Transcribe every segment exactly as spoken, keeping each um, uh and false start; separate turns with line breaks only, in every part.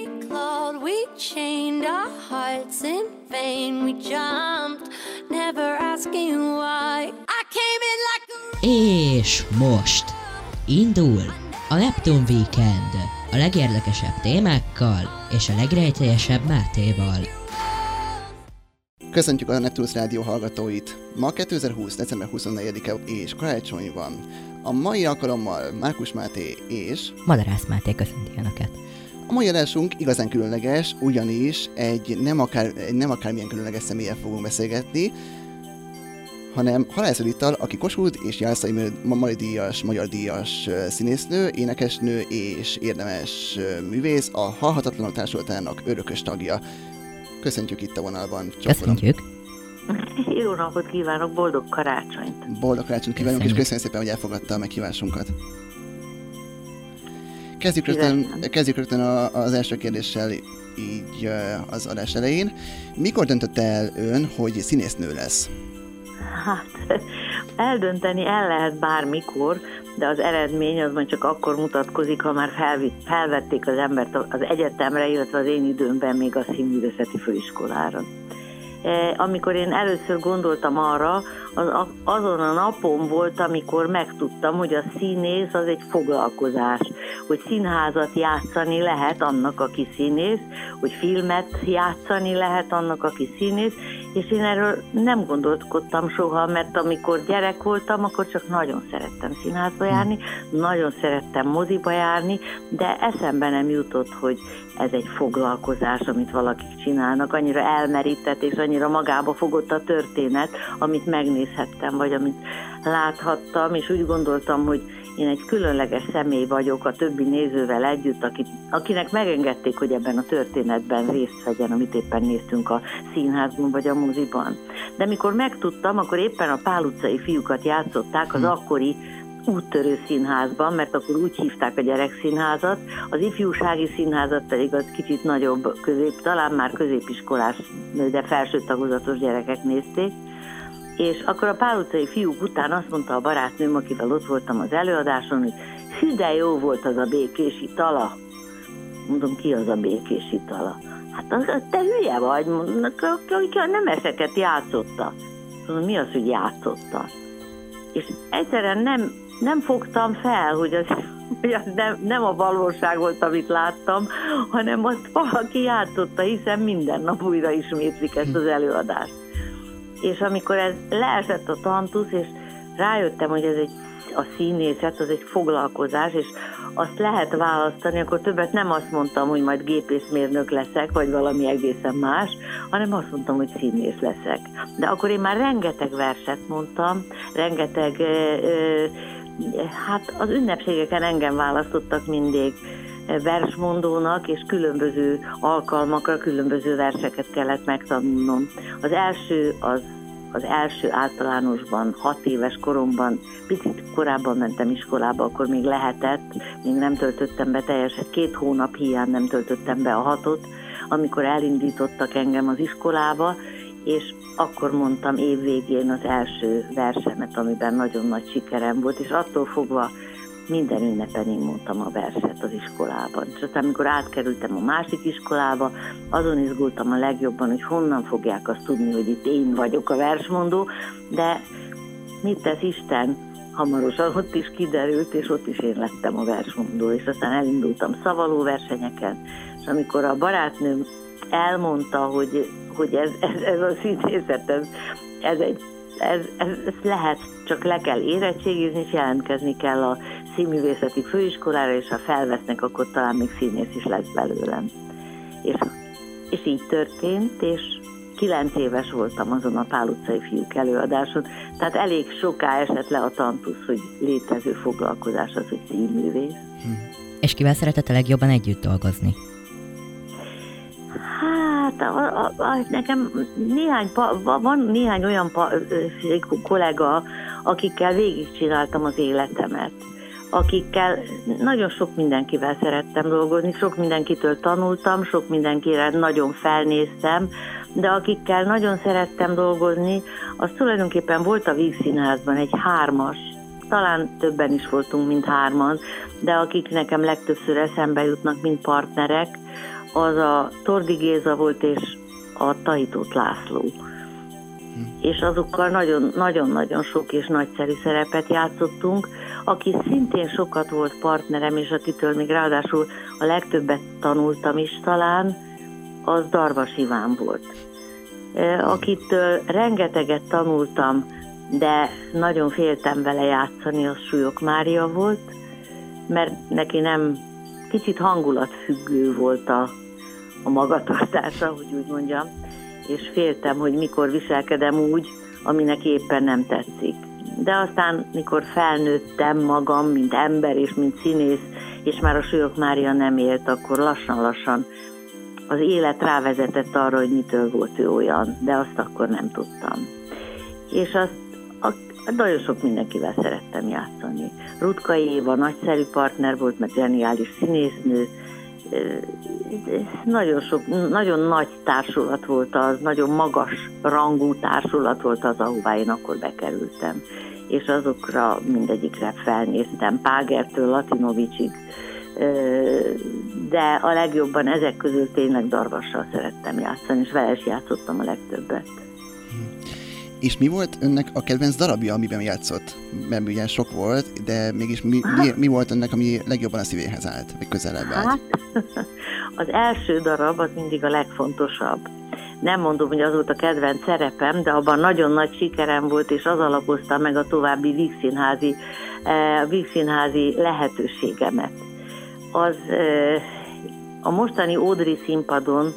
We clawed, we chained our hearts in vain. We jumped, never asking why. I came in like a...
És most indul a Neptun Weekend a legérdekesebb témákkal és a legrejtélyesebb Mátéval.
Köszöntjük a Neptunus Rádió hallgatóit! Ma kétezer-húsz. december huszonnegyedike és karácsony van. A mai alkalommal Márkus Máté és...
Madarász Máté köszönti Önöket.
A mai adásunk igazán különleges, ugyanis egy nem, akár, egy nem akármilyen különleges személlyel fogunk beszélgetni, hanem Halász Edittal, aki Kossuth és Jászai Mari díjas, magyar díjas színésznő, énekesnő és érdemes művész, a Halhatatlanok Társulatának örökös tagja. Köszöntjük itt a vonalban. Csopolom.
Köszöntjük.
Jó napot kívánok, boldog karácsonyt.
Boldog karácsonyt kívánunk, és köszönjük szépen, hogy elfogadta a meghívásunkat. Kezdjük rögtön, kezdjük rögtön a, az első kérdéssel így az adás elején. Mikor döntötte el ön, hogy színésznő lesz?
Hát, eldönteni el lehet bármikor, de az eredmény az majd csak akkor mutatkozik, ha már felvitt, felvették az embert az egyetemre, illetve az én időmben még a színművészeti főiskolára. Amikor én először gondoltam arra, az, azon a napon volt, amikor megtudtam, hogy a színész az egy foglalkozás, hogy színházat játszani lehet annak, aki színész, hogy filmet játszani lehet annak, aki színész, és én erről nem gondolkodtam soha, mert amikor gyerek voltam, akkor csak nagyon szerettem színházba járni, nagyon szerettem moziba járni, de eszembe nem jutott, hogy ez egy foglalkozás, amit valakik csinálnak, annyira elmerített és annyira magába fogott a történet, amit megnézhettem, vagy amit láthattam, és úgy gondoltam, hogy én egy különleges személy vagyok a többi nézővel együtt, akit, akinek megengedték, hogy ebben a történetben részt vegyen, amit éppen néztünk a színházban vagy a moziban. De mikor megtudtam, akkor éppen a Pál utcai fiúkat játszották az akkori úttörő színházban, mert akkor úgy hívták a gyerekszínházat, az ifjúsági színházat pedig az kicsit nagyobb, közép, talán már középiskolás, de felső tagozatos gyerekek nézték, és akkor a Pál utcai fiúk után azt mondta a barátnőm, akivel ott voltam az előadáson, hogy hű, de jó volt az a Békés Itala. Mondom, ki az a Békés Itala? Hát az, az te hülye vagy, aki a nemeseket játszotta. Mondom, mi az, hogy játszotta? És egyszerűen nem, nem fogtam fel, hogy az, hogy az nem, nem a valóság volt, amit láttam, hanem azt valaki játszotta, hiszen minden nap újra ismétlik ezt az előadást. És amikor ez leesett a tantusz, és rájöttem, hogy ez egy, a színészet, az egy foglalkozás, és azt lehet választani, akkor többet nem azt mondtam, hogy majd gépészmérnök leszek, vagy valami egészen más, hanem azt mondtam, hogy színész leszek. De akkor én már rengeteg verset mondtam, rengeteg, hát az ünnepségeken engem választottak mindig versmondónak, és különböző alkalmakra különböző verseket kellett megtanulnom. Az első, az, az első általánosban, hat éves koromban, picit korábban mentem iskolába, akkor még lehetett, még nem töltöttem be teljesen, két hónap hiány nem töltöttem be a hatot, amikor elindítottak engem az iskolába, és akkor mondtam évvégén az első versemet, amiben nagyon nagy sikerem volt, és attól fogva minden ünnepen én mondtam a verset az iskolában. És aztán, amikor átkerültem a másik iskolába, azon izgultam a legjobban, hogy honnan fogják azt tudni, hogy itt én vagyok a versmondó, de mit tesz Isten? Hamarosan ott is kiderült, és ott is én lettem a versmondó, és aztán elindultam szavaló versenyeken, és amikor a barátnőm elmondta, hogy, hogy ez, ez, ez a színészet, ez, ez egy Ez, ez, ez lehet, csak le kell érettségizni, és jelentkezni kell a színművészeti főiskolára, és ha felvesznek, akkor talán még színész is lesz belőlem. És, és így történt, és kilenc éves voltam azon a Pál utcai fiúk előadáson, tehát elég soká esett le a tantusz, hogy létező foglalkozás az, hogy színművész.
Hm. És kivel szeretett a legjobban együtt dolgozni?
Hát a, a, a, nekem néhány, van néhány olyan pa, kollega, akikkel végigcsináltam az életemet, akikkel nagyon sok mindenkivel szerettem dolgozni, sok mindenkitől tanultam, sok mindenkire nagyon felnéztem, de akikkel nagyon szerettem dolgozni, az tulajdonképpen volt a Vígszínházban egy hármas, talán többen is voltunk, mint hárman, de akik nekem legtöbbször eszembe jutnak, mint partnerek, az a Tordi Géza volt, és a Tahitót László. És azokkal nagyon-nagyon sok és nagyszerű szerepet játszottunk, aki szintén sokat volt partnerem, és akitől még ráadásul a legtöbbet tanultam is talán, az Darvas Iván volt. Akitől rengeteget tanultam, de nagyon féltem vele játszani, az Súlyog Mária volt, mert neki nem, kicsit hangulatfüggő volt a, a magatartása, hogy úgy mondjam, és féltem, hogy mikor viselkedem úgy, ami neki éppen nem tetszik. De aztán, mikor felnőttem magam, mint ember és mint színész, és már a Súlyog Mária nem élt, akkor lassan-lassan az élet rávezetett arra, hogy mitől volt ő olyan, de azt akkor nem tudtam. És azt a, nagyon sok mindenkivel szerettem játszani. Rutka Éva nagyszerű partner volt, mert zseniális színésznő, nagyon sok, nagyon nagy társulat volt az, nagyon magas rangú társulat volt az, ahová én akkor bekerültem. És azokra mindegyikre felnéztem, Págertől Latinovicsig, de a legjobban ezek közül tényleg Darvassal szerettem játszani, és vele is játszottam a legtöbbet.
És mi volt önnek a kedvenc darabja, amiben játszott? Mert ugye sok volt, de mégis mi, mi, mi volt önnek, ami legjobban a szívéhez állt, vagy közelebb állt?
Hát, az első darab az mindig a legfontosabb. Nem mondom, hogy az volt a kedvenc szerepem, de abban nagyon nagy sikerem volt, és az alapozta meg a további vígszínházi, a vígszínházi lehetőségemet. Az a mostani Ódri színpadon,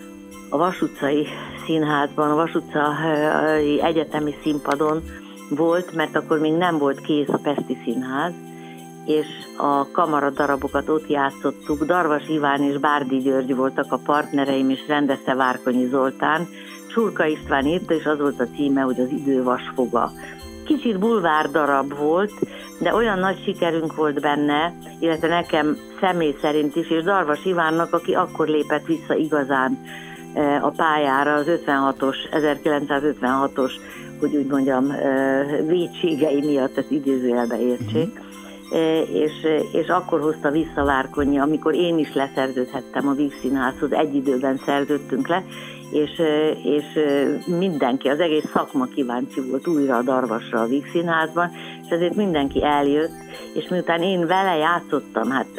a Vas utcai színházban, a Vas utcai egyetemi színpadon volt, mert akkor még nem volt kész a Pesti Színház, és a kamaradarabokat ott játszottuk. Darvas Iván és Bárdi György voltak a partnereim, és rendezte Várkonyi Zoltán. Csurka István írta, és az volt a címe, hogy Az idő vasfoga. Kicsit bulvár darab volt, de olyan nagy sikerünk volt benne, illetve nekem személy szerint is, és Darvas Ivánnak, aki akkor lépett vissza igazán a pályára, az ötvenhatos, ezerkilencszázötvenhatos, hogy úgy mondjam, vétségei miatt, ezt idézőjelbe értsék, uh-huh. és, és akkor hozta vissza Várkonyi, amikor én is leszerződhettem a Vígszínházhoz, egy időben szerződtünk le, és, és mindenki, az egész szakma kíváncsi volt újra a Darvasra a Vígszínházban, és ezért mindenki eljött, és miután én vele játszottam, hát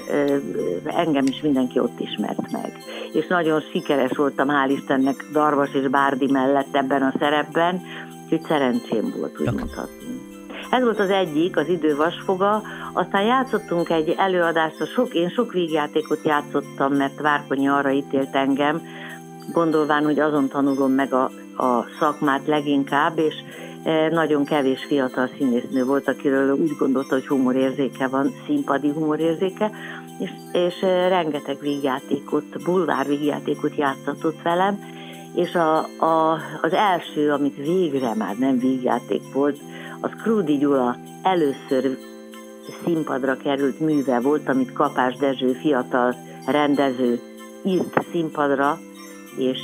engem is mindenki ott ismert meg. És nagyon sikeres voltam, hál' Istennek, Darvas és Bárdi mellett ebben a szerepben, úgyhogy szerencsém volt, úgy mondhatni. Ez volt az egyik, az idő vasfoga, aztán játszottunk egy előadást, a sok, én sok vígjátékot játszottam, mert Várkonyi arra ítélt engem, gondolván, hogy azon tanulom meg a, a szakmát leginkább, és nagyon kevés fiatal színésznő volt, akiről úgy gondolta, hogy humorérzéke van, színpadi humorérzéke, és, és rengeteg vígjátékot, bulvár vígjátékot játszatott velem, és a, a, az első, amit végre már nem vígjáték volt, az Krúdi Gyula először színpadra került műve volt, amit Kapás Dezső fiatal rendező írt színpadra, és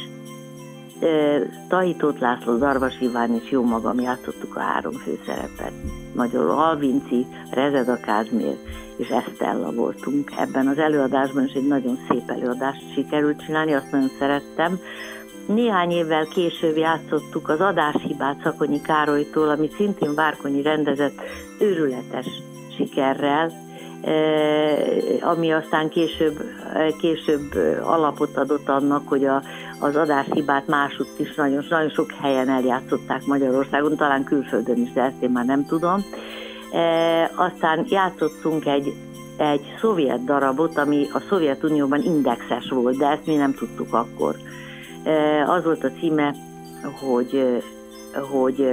e, Tahitót László, Darvas Iván és jó magam játszottuk a három főszerepet. Nagyon Alvinci, Rezeda Kázmér és Esztella voltunk ebben az előadásban, és egy nagyon szép előadást sikerült csinálni, azt nagyon szerettem. Néhány évvel később játszottuk az Adáshibát Szakonyi Károlytól, amit szintén Várkonyi rendezett őrületes sikerrel, ami aztán később, később alapot adott annak, hogy a, az Adáshibát másutt is nagyon, nagyon sok helyen eljátszották Magyarországon, talán külföldön is, de ezt én már nem tudom. Aztán játszottunk egy, egy szovjet darabot, ami a Szovjetunióban indexes volt, de ezt mi nem tudtuk akkor. Az volt a címe, hogy, hogy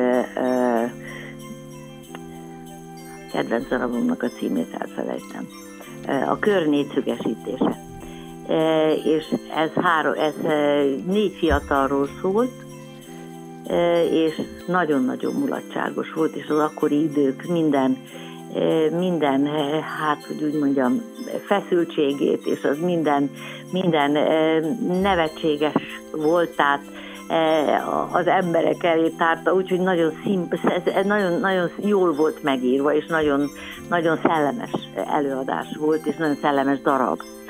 kedvenc darabomnak a címét elfelejtem. A kör négyszögesítése. És ez, három, ez négy fiatalról szólt, és nagyon-nagyon mulatságos volt, és az akkori idők minden, minden, hát, hogy úgy mondjam, feszültségét, és az minden, minden nevetséges voltát az emberek elé tárta, úgyhogy nagyon, szimp, nagyon, nagyon jól volt megírva, és nagyon, nagyon szellemes előadás volt, és nagyon szellemes darab.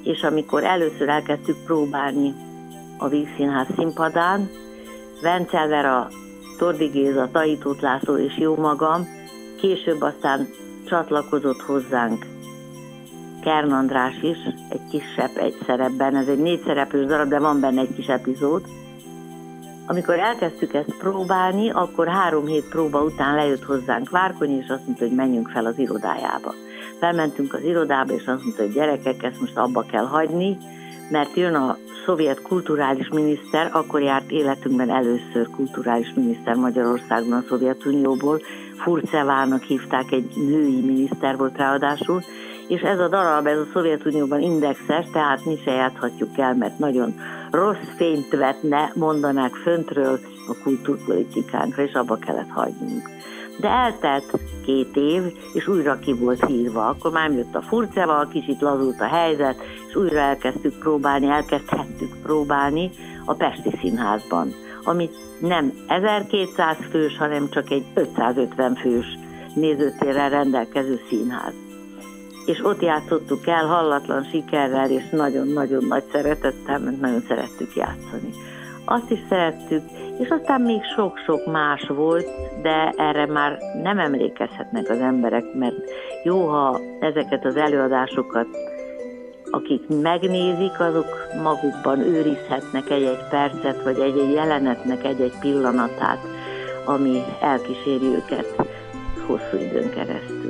és amikor először elkezdtük próbálni a Vígszínház színpadán, Vencel Vera, Tordi Géza, Tahi Tóth László és jó magam, később aztán csatlakozott hozzánk Kern András is, egy kisebb egy szerepben, ez egy négy szereplős darab, de van benne egy kis epizód. Amikor elkezdtük ezt próbálni, akkor három hét próba után lejött hozzánk Várkonyi, és azt mondta, hogy menjünk fel az irodájába. Felmentünk az irodába, és azt mondta, hogy gyerekek, ezt most abba kell hagyni, mert jön a szovjet kulturális miniszter, akkor járt életünkben először kulturális miniszter Magyarországon a Szovjetunióból, Furcevának hívták, egy női miniszter volt ráadásul, és ez a darab, ez a Szovjetunióban indexes, tehát mi se játszhatjuk el, mert nagyon rossz fényt vetne, mondanák föntről a kultúrpolitikánkra, és abba kellett hagynunk. De eltelt két év, és újra ki volt hívva. Akkor már jött a Furceva, kicsit lazult a helyzet, és újra elkezdtük próbálni, elkezdhettük próbálni a Pesti Színházban, ami nem ezerkétszáz fős, hanem csak egy ötszázötven fős nézőtérrel rendelkező színház. És ott játszottuk el hallatlan sikerrel, és nagyon-nagyon nagy szeretettel, mert nagyon szerettük játszani. Azt is szerettük, és aztán még sok-sok más volt, de erre már nem emlékezhetnek az emberek, mert jó, ha ezeket az előadásokat, akik megnézik, azok magukban őrizhetnek egy-egy percet, vagy egy-egy jelenetnek egy-egy pillanatát, ami elkíséri őket hosszú időn keresztül.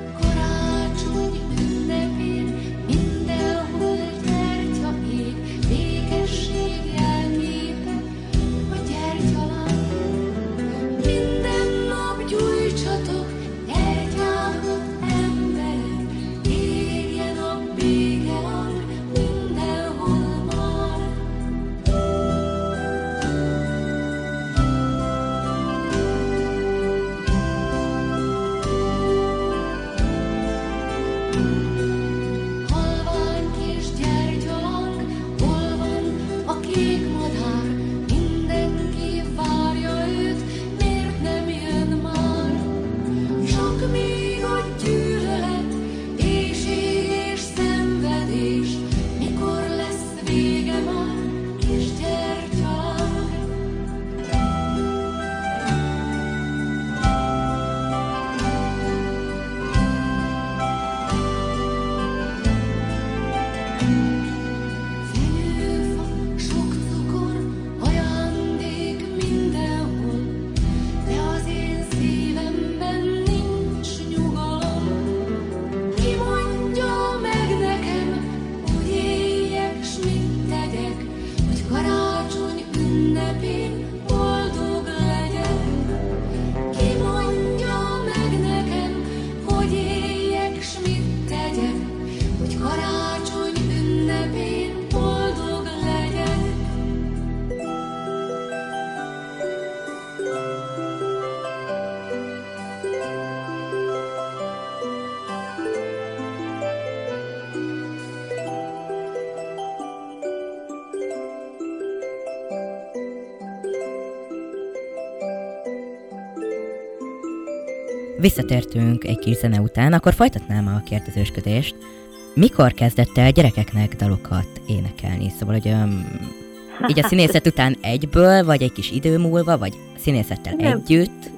Visszatértünk egy kis zene után, akkor folytatnám a kérdezősködést. Mikor kezdett el gyerekeknek dalokat énekelni? Szóval, hogy um, így a színészet után egyből, vagy egy kis idő múlva, vagy színészettel nem, együtt?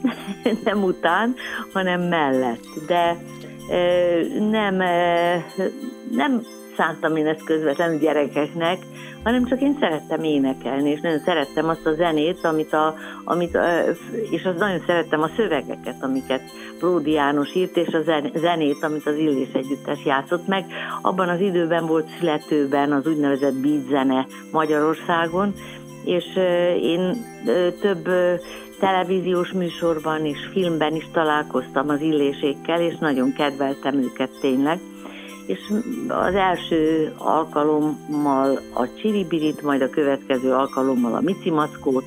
Nem után, hanem mellett. De e, nem, e, nem szántam én ezt közvetlenül gyerekeknek, hanem csak én szerettem énekelni, és nagyon szerettem azt a zenét, amit a, amit, és azt nagyon szerettem a szövegeket, amiket Bródi János írt, és a zenét, amit az Illés Együttes játszott meg. Abban az időben volt születőben az úgynevezett beat zene Magyarországon, és én több televíziós műsorban és filmben is találkoztam az Illésékkel, és nagyon kedveltem őket tényleg. És az első alkalommal a Csiribirit, majd a következő alkalommal a Mici Mackót,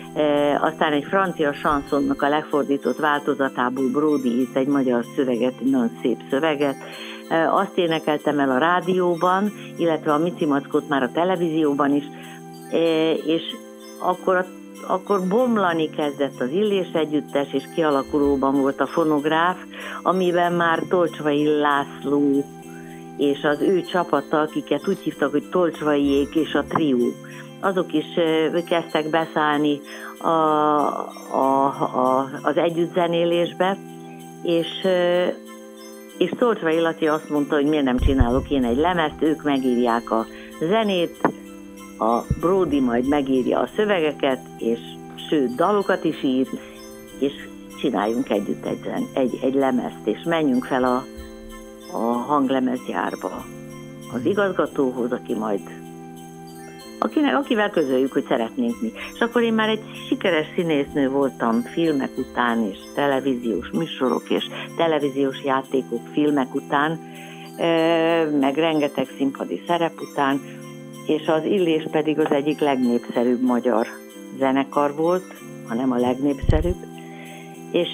e, aztán egy francia sanszonnak a lefordított változatából Bródi írt egy magyar szöveget, egy nagyon szép szöveget. E, azt énekeltem el a rádióban, illetve a Mici Mackót már a televízióban is, e, és akkor a akkor bomlani kezdett az Illés Együttes, és kialakulóban volt a fonográf, amiben már Tolcsvai László és az ő csapata, akiket úgy hívtak, hogy Tolcsvaiék és a trió, azok is kezdtek beszállni a, a, a, az együttzenélésbe, és, és Tolcsvai Laci azt mondta, hogy miért nem csinálok én egy lemezt, ők megírják a zenét, a Bródi majd megírja a szövegeket, és sőt, dalokat is ír, és csináljunk együtt egy, egy, egy lemezt, és menjünk fel a, a hanglemezgyárba az igazgatóhoz, aki majd akinek, akivel közöljük, hogy szeretnénk mi. És akkor én már egy sikeres színésznő voltam filmek után, és televíziós műsorok, és televíziós játékok filmek után, meg rengeteg színpadi szerep után, és az Illés pedig az egyik legnépszerűbb magyar zenekar volt, hanem a legnépszerűbb, és,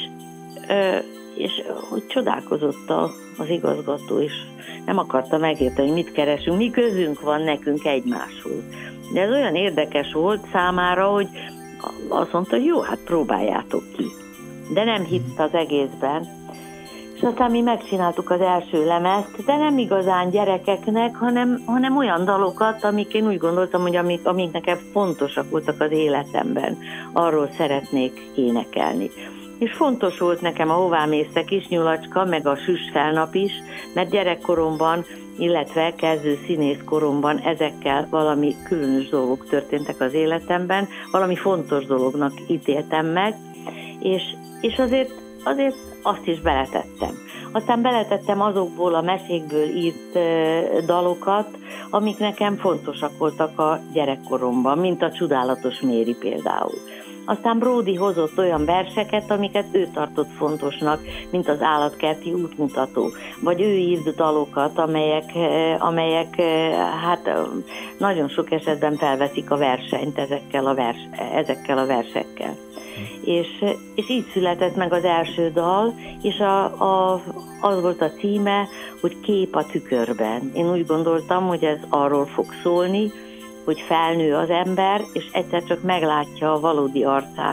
és hogy csodálkozott az igazgató, és nem akarta megérteni, hogy mit keresünk, mi közünk van nekünk egymáshoz. De ez olyan érdekes volt számára, hogy azt mondta, hogy jó, hát próbáljátok ki. De nem hitt az egészben. És aztán mi megcsináltuk az első lemezt, de nem igazán gyerekeknek, hanem, hanem olyan dalokat, amik én úgy gondoltam, hogy amik, amik nekem fontosak voltak az életemben. Arról szeretnék énekelni. És fontos volt nekem a Hová mész te kisnyulacska, meg a Süss felnap is, mert gyerekkoromban, illetve kezdő színészkoromban ezekkel valami különös dolgok történtek az életemben, valami fontos dolognak ítéltem meg, és, és azért, azért azt is beletettem. Aztán beletettem azokból a mesékből írt dalokat, amik nekem fontosak voltak a gyerekkoromban, mint a Csodálatos Méri például. Aztán Bródi hozott olyan verseket, amiket ő tartott fontosnak, mint az Állatkerti útmutató, vagy ő írt dalokat, amelyek, amelyek hát nagyon sok esetben felveszik a versenyt ezekkel a, vers, ezekkel a versekkel. És, és így született meg az első dal, és a, a, az volt a címe, hogy Kép a tükörben. Én úgy gondoltam, hogy ez arról fog szólni, hogy felnő az ember, és egyszer csak meglátja a valódi arcát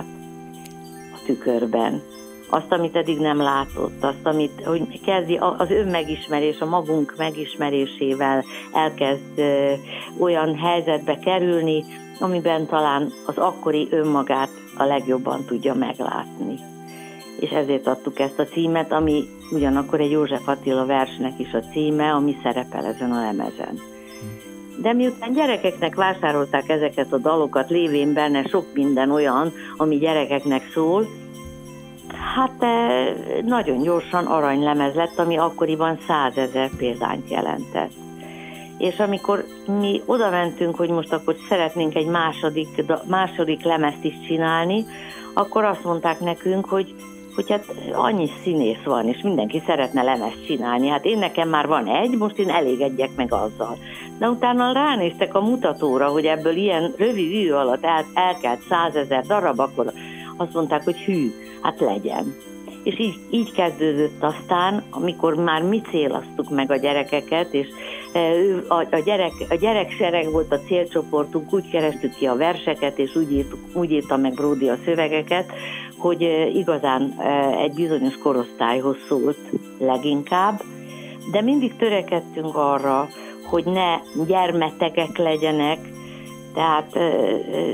a tükörben. Azt, amit eddig nem látott, azt, amit hogy kezdi az önmegismerés, a magunk megismerésével elkezd ö, olyan helyzetbe kerülni, amiben talán az akkori önmagát a legjobban tudja meglátni. És ezért adtuk ezt a címet, ami ugyanakkor egy József Attila versnek is a címe, ami szerepel ezen a lemezen. De miután gyerekeknek vásárolták ezeket a dalokat, lévén benne sok minden olyan, ami gyerekeknek szól, hát nagyon gyorsan aranylemez lett, ami akkoriban százezer példányt jelentett. És amikor mi oda mentünk, hogy most akkor szeretnénk egy második, második lemezt is csinálni, akkor azt mondták nekünk, hogy hogy hát annyi színész van, és mindenki szeretne lemezt csinálni. Hát én nekem már van egy, most én elégedjek meg azzal. De utána ránéztek a mutatóra, hogy ebből ilyen rövid idő alatt el, elkelt százezer darab, akkor azt mondták, hogy hű, hát legyen. És így, így kezdődött aztán, amikor már mi célaztuk meg a gyerekeket, és a, a, gyerek, a gyereksereg volt a célcsoportunk, úgy kerestük ki a verseket, és úgy, írtuk, úgy írta meg Bródi a szövegeket, hogy igazán egy bizonyos korosztályhoz szólt leginkább, de mindig törekedtünk arra, hogy ne gyermetegek legyenek, tehát ö, ö,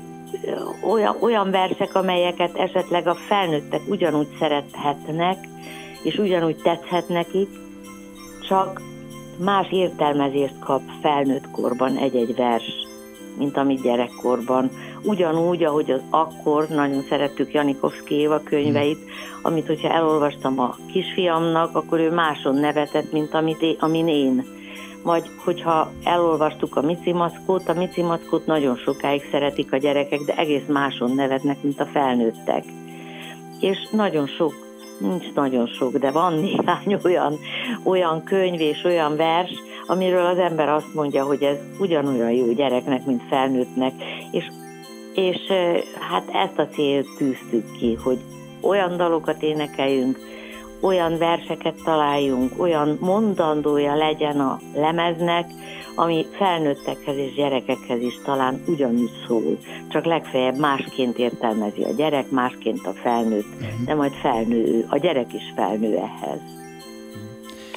olyan, olyan versek, amelyeket esetleg a felnőttek ugyanúgy szerethetnek, és ugyanúgy tetszhet nekik, csak más értelmezést kap felnőtt korban egy-egy vers, mint amit gyerekkorban. Ugyanúgy, ahogy az akkor nagyon szerettük Janikovszky Éva könyveit, amit, hogyha elolvastam a kisfiamnak, akkor ő máson nevetett, mint amit én, amin én. Vagy hogyha elolvastuk a Mici Mackót, a Mici Mackót nagyon sokáig szeretik a gyerekek, de egész máson nevetnek, mint a felnőttek. És nagyon sok, nincs nagyon sok, de van néhány olyan, olyan könyv és olyan vers, amiről az ember azt mondja, hogy ez ugyanolyan jó gyereknek, mint felnőttnek, és, és hát ezt a célt tűztük ki, hogy olyan dalokat énekeljünk, olyan verseket találjunk, olyan mondandója legyen a lemeznek, ami felnőttekhez és gyerekekhez is talán ugyanúgy szól, csak legfeljebb másként értelmezi a gyerek, másként a felnőtt, de majd felnő, a gyerek is felnő ehhez.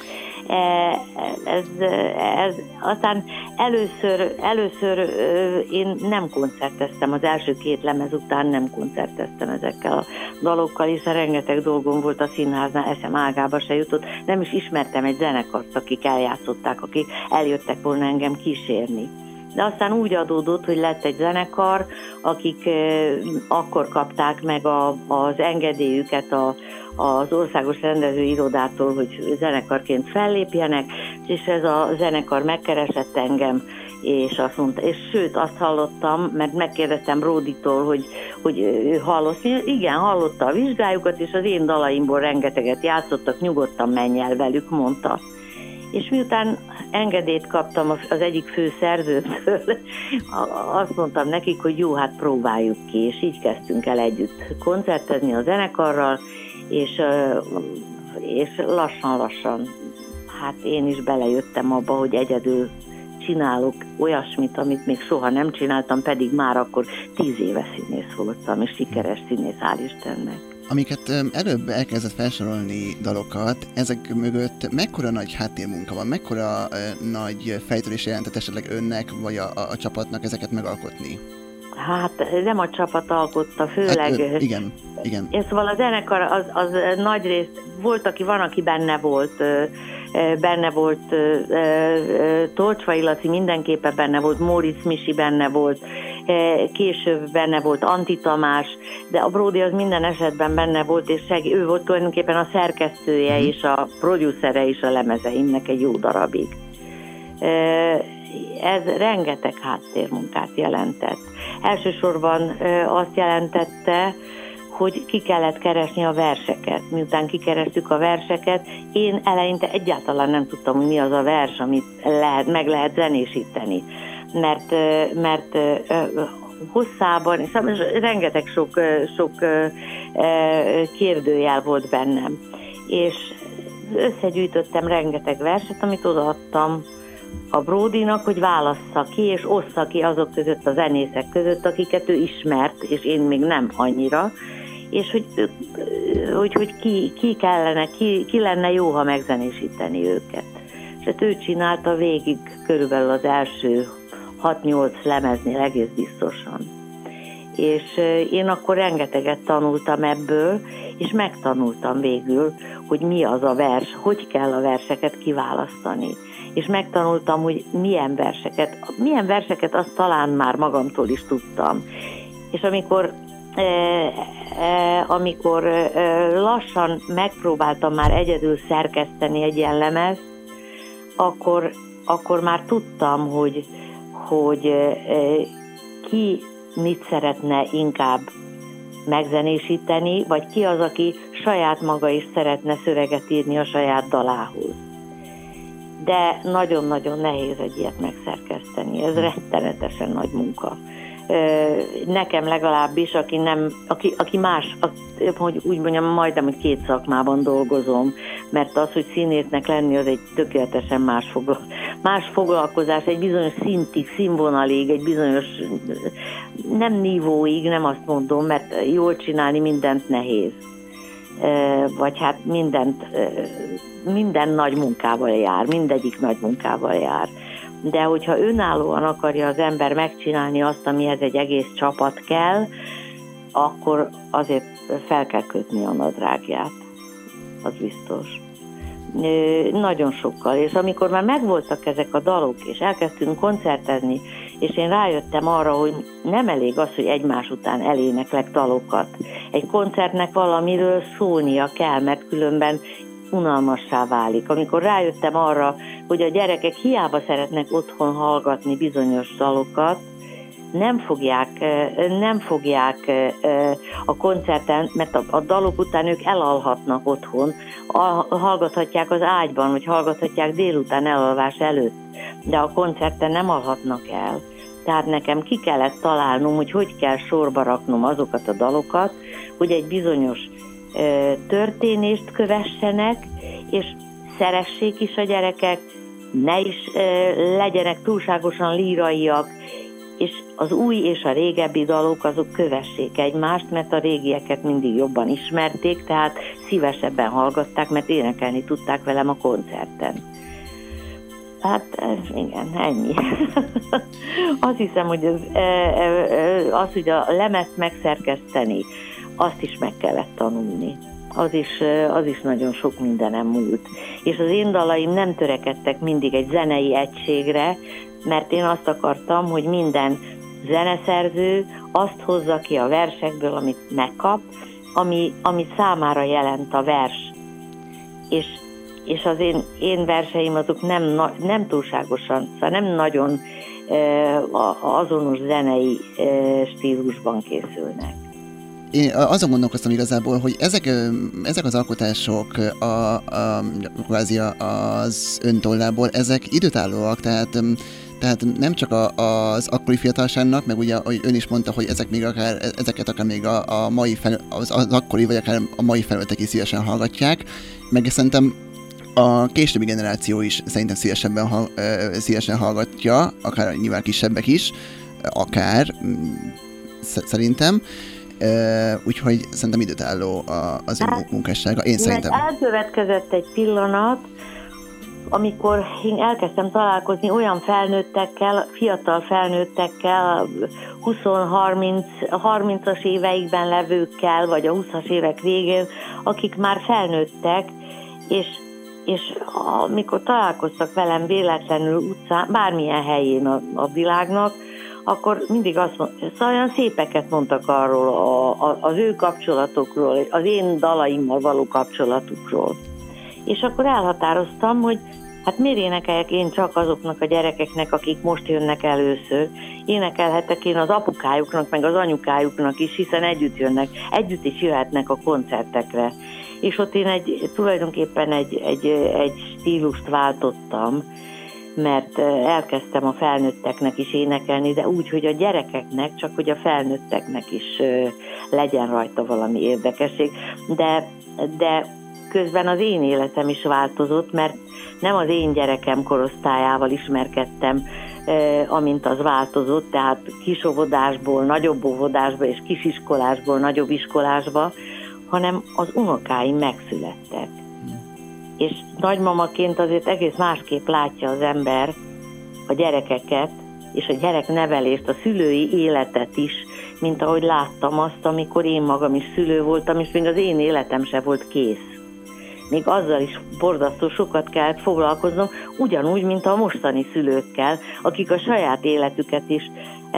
Ez, ez, aztán először, először én nem koncerteztem, az első két lemez után nem koncerteztem ezekkel a dalokkal, hiszen rengeteg dolgom volt a színháznál, eszem ágába se jutott, nem is ismertem egy zenekart, akik eljátszották, akik eljöttek volna engem kísérni. De aztán úgy adódott, hogy lett egy zenekar, akik akkor kapták meg a, az engedélyüket a, az Országos Rendezőirodától, hogy zenekarként fellépjenek, és ez a zenekar megkeresett engem, és azt mondta, és sőt azt hallottam, mert megkérdeztem Bróditól, hogy, hogy ő hallott, igen, hallotta a vizsgájukat, és az én dalaimból rengeteget játszottak, nyugodtan menj el velük, mondta. És miután engedélyt kaptam az egyik fő szerzőtől, azt mondtam nekik, hogy jó, hát próbáljuk ki, és így kezdtünk el együtt koncertezni a zenekarral, és, és lassan-lassan, hát én is belejöttem abba, hogy egyedül csinálok olyasmit, amit még soha nem csináltam, pedig már akkor tíz éve színész voltam, és sikeres színész, hál' Istennek.
Amiket előbb elkezdett felsorolni dalokat, ezek mögött mekkora nagy háttérmunka van, mekkora uh, nagy fejtörés jelentett esetleg önnek, vagy a, a, a csapatnak ezeket megalkotni?
Hát nem a csapat alkotta, főleg...
Hát, igen, igen.
És szóval a zenekar az, az nagy részt, volt, aki van, aki benne volt, benne volt Tolcsvai Laci, mindenképpen benne volt, Móricz Misi benne volt, később benne volt Anti Tamás, de a Bródi az minden esetben benne volt, és seg- ő volt tulajdonképpen a szerkesztője és a producere is a lemezeimnek egy jó darabig. Ez rengeteg háttérmunkát jelentett. Elsősorban azt jelentette, hogy ki kellett keresni a verseket. Miután kikerestük a verseket, én eleinte egyáltalán nem tudtam, hogy mi az a vers, amit lehet, meg lehet zenésíteni. Mert, mert hosszában, és rengeteg sok, sok kérdőjel volt bennem. És összegyűjtöttem rengeteg verset, amit odaadtam a Bródinak, hogy válassza ki, és ossza ki azok között a zenészek között, akiket ő ismert, és én még nem annyira, és hogy, hogy, hogy ki, ki kellene, ki, ki lenne jó, ha megzenésíteni őket. És hát ő csinálta végig körülbelül az első hat-nyolc lemeznél egész biztosan. És én akkor rengeteget tanultam ebből, és megtanultam végül, hogy mi az a vers, hogy kell a verseket kiválasztani. És megtanultam, hogy milyen verseket, milyen verseket azt talán már magamtól is tudtam. És amikor, eh, eh, amikor eh, lassan megpróbáltam már egyedül szerkeszteni egy ilyen lemezt, akkor, akkor már tudtam, hogy, hogy eh, ki mit szeretne inkább megzenésíteni, vagy ki az, aki saját maga is szeretne szöveget írni a saját dalához. De nagyon-nagyon nehéz egy ilyet megszerkeszteni, ez rettenetesen nagy munka. Nekem legalábbis, aki, nem, aki, aki más, hogy úgy mondjam, majdnem, hogy két szakmában dolgozom, mert az, hogy színésznek lenni, az egy tökéletesen más, fogla, más foglalkozás, egy bizonyos szintig, színvonalig, egy bizonyos, nem nívóig, nem azt mondom, mert jól csinálni mindent nehéz. Vagy hát mindent, minden nagy munkával jár, mindegyik nagy munkával jár. De hogyha önállóan akarja az ember megcsinálni azt, amihez egy egész csapat kell, akkor azért fel kell kötni a nadrágját. Az biztos. Nagyon sokkal. És amikor már megvoltak ezek a dalok, és elkezdtünk koncertezni, és én rájöttem arra, hogy nem elég az, hogy egymás után eléneklek dalokat. Egy koncertnek valamiről szólnia kell, mert különben unalmassá válik. Amikor rájöttem arra, hogy a gyerekek hiába szeretnek otthon hallgatni bizonyos dalokat, nem fogják, nem fogják a koncerten, mert a, a dalok után ők elalhatnak otthon, a, hallgathatják az ágyban, vagy hallgathatják délután elalvás előtt, de a koncerten nem alhatnak el. Tehát nekem ki kellett találnom, hogy hogy kell sorba raknom azokat a dalokat, hogy egy bizonyos történést kövessenek, és szeressék is a gyerekek, ne is legyenek túlságosan líraiak, és az új és a régebbi dalok azok kövessék egymást, mert a régieket mindig jobban ismerték, tehát szívesebben hallgatták, mert énekelni tudták velem a koncerten. Hát igen, ennyi. Azt hiszem, hogy az, az, hogy a lemezt megszerkeszteni, azt is meg kellett tanulni. Az is, az is nagyon sok mindenem múlt. És az én dalaim nem törekedtek mindig egy zenei egységre, mert én azt akartam, hogy minden zeneszerző azt hozza ki a versekből, amit megkap, ami, ami számára jelent a vers. És, és az én, én verseim azok nem, nem túlságosan, szóval nem nagyon azonos zenei stílusban készülnek.
Én azon gondolkoztam igazából, hogy ezek, ezek az alkotások a, a, kvázi az öntollából, ezek időtállóak, tehát, tehát nem csak a, az akkori fiatalságnak, meg ugye, ahogy ön is mondta, hogy ezek még akár, ezeket akár még a, a mai fel, az, az akkori, vagy akár a mai felnőttek is szívesen hallgatják, meg szerintem a későbbi generáció is szerintem szívesebben, szívesen hallgatja, akár nyilván kisebbek is, akár szerintem. Uh, úgyhogy szerintem időtálló az ő munkássága, én szerintem.
Elkövetkezett egy pillanat, amikor én elkezdtem találkozni olyan felnőttekkel, fiatal felnőttekkel, húsz-harmincas éveikben levőkkel, vagy a húszas évek végén, akik már felnőttek, és, és amikor találkoztak velem véletlenül utcán, bármilyen helyén a, a világnak, akkor mindig azt mondták, szóval olyan szépeket mondtak arról, a, a, az ő kapcsolatokról, az én dalaimmal való kapcsolatukról. És akkor elhatároztam, hogy hát miért énekeljek én csak azoknak a gyerekeknek, akik most jönnek először. Énekelhetek én az apukájuknak, meg az anyukájuknak is, hiszen együtt jönnek, együtt is jöhetnek a koncertekre. És ott én egy, tulajdonképpen egy, egy, egy stílust váltottam, mert elkezdtem a felnőtteknek is énekelni, de úgy, hogy a gyerekeknek, csak hogy a felnőtteknek is legyen rajta valami érdekesség. De, de közben az én életem is változott, mert nem az én gyerekem korosztályával ismerkedtem, amint az változott, tehát kisóvodásból, nagyobb óvodásba és kisiskolásból nagyobb iskolásba, hanem az unokáim megszülettek. És nagymamaként azért egész másképp látja az ember a gyerekeket, és a gyereknevelést, a szülői életet is, mint ahogy láttam azt, amikor én magam is szülő voltam, és még az én életem se volt kész. Még azzal is borzasztó sokat kellett foglalkoznom, ugyanúgy, mint a mostani szülőkkel, akik a saját életüket is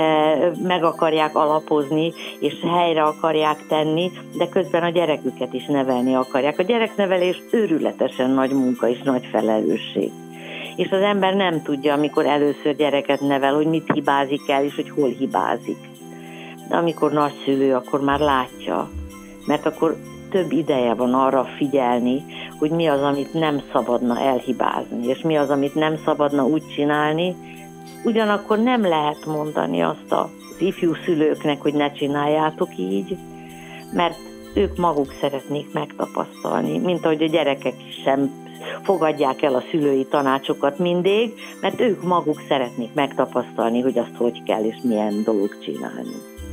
meg akarják alapozni, és helyre akarják tenni, de közben a gyereküket is nevelni akarják. A gyereknevelés őrületesen nagy munka és nagy felelősség. És az ember nem tudja, amikor először gyereket nevel, hogy mit hibázik el, és hogy hol hibázik. De amikor nagyszülő, akkor már látja, mert akkor több ideje van arra figyelni, hogy mi az, amit nem szabadna elhibázni, és mi az, amit nem szabadna úgy csinálni. Ugyanakkor nem lehet mondani azt az ifjú szülőknek, hogy ne csináljátok így, mert ők maguk szeretnék megtapasztalni, mint ahogy a gyerekek sem fogadják el a szülői tanácsokat mindig, mert ők maguk szeretnék megtapasztalni, hogy azt hogy kell és milyen dolog csinálni.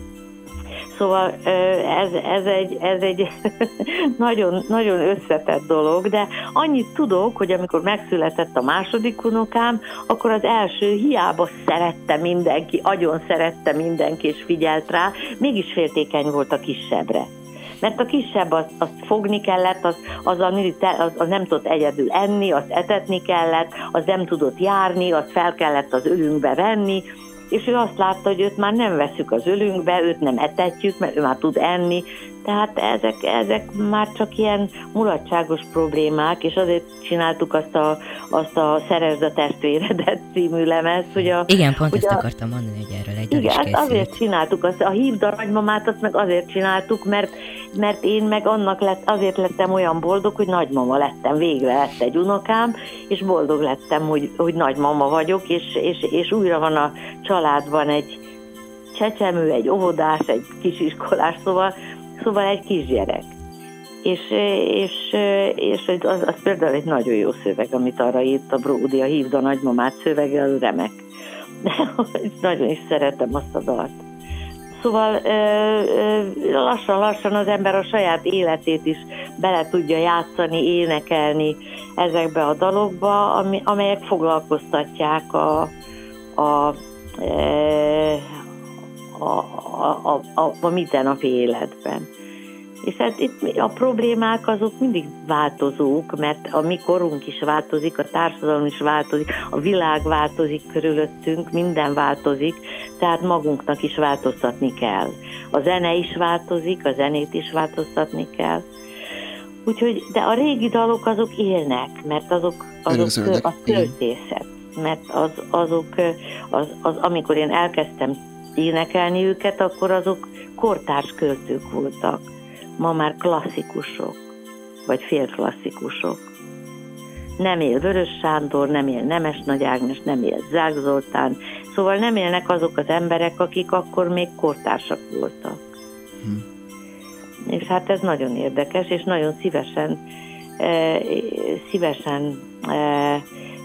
Szóval ez, ez egy, ez egy nagyon, nagyon összetett dolog, de annyit tudok, hogy amikor megszületett a második unokám, akkor az első hiába szerette mindenki, agyon szerette mindenki és figyelt rá, mégis féltékeny volt a kisebbre. Mert a kisebb azt, azt fogni kellett, az, az, a, az, az nem tudott egyedül enni, azt etetni kellett, az nem tudott járni, azt fel kellett az ölünkbe venni, és ő azt látta, hogy őt már nem veszük az ölünkbe, őt nem etetjük, mert ő már tud enni, tehát ezek, ezek már csak ilyen mulatságos problémák, és azért csináltuk azt a, azt a Szeresd a testvéredet című lemezt, hogy a...
Igen, pont
hogy
ezt
a,
akartam mondani, hogy erről egy
igen,
is készült.
azért csináltuk azt, a Hívd a nagymamát, azt meg azért csináltuk, mert, mert én meg annak lett, azért lettem olyan boldog, hogy nagymama lettem, végre lett egy unokám, és boldog lettem, hogy, hogy nagymama vagyok, és, és, és újra van a családban egy csecsemő, egy óvodás, egy kisiskolás, szóval, szóval egy kisgyerek. És, és, és az, az például egy nagyon jó szöveg, amit arra írt a Bródi, a Hívd a nagymamát szövege, az remek. nagyon is szeretem azt a dalt. Szóval lassan-lassan az ember a saját életét is bele tudja játszani, énekelni ezekbe a dalokba, ami, amelyek foglalkoztatják a, a, a, a, a, a mindennapi életben. És hát itt a problémák azok mindig változók, mert a mi korunk is változik, a társadalom is változik, a világ változik körülöttünk, minden változik, tehát magunknak is változtatni kell. A zene is változik, a zenét is változtatni kell. Úgyhogy, de a régi dalok azok élnek, mert azok, azok a költészet, mert az, azok, az, az, amikor én elkezdtem énekelni őket, akkor azok kortárs költők voltak. Ma már klasszikusok, vagy félklasszikusok. Nem él Vörös Sándor, nem él Nemes Nagy Ágnes, nem él Zák Zoltán, szóval nem élnek azok az emberek, akik akkor még kortársak voltak. Hm. És hát ez nagyon érdekes, és nagyon szívesen, eh, szívesen eh,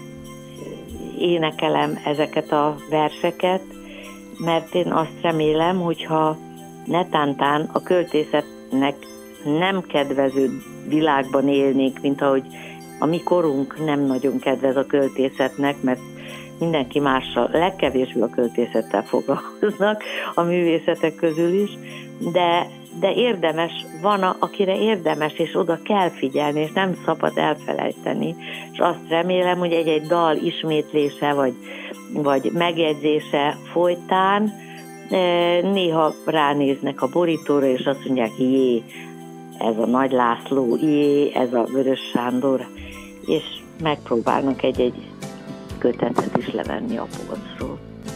énekelem ezeket a verseket, mert én azt remélem, hogyha netántán a költészetnek nem kedvező világban élnék, mint ahogy a mi korunk nem nagyon kedvez a költészetnek, mert mindenki mással, legkevésbé a költészettel foglalkoznak a művészetek közül is, de, de érdemes, van, a, akire érdemes, és oda kell figyelni, és nem szabad elfelejteni. És azt remélem, hogy egy-egy dal ismétlése, vagy, vagy megjegyzése folytán néha ránéznek a borítóra, és azt mondják, jé, ez a Nagy László, jé, ez a Vörös Sándor, és megpróbálnak egy-egy kötetet is levenni a polcról.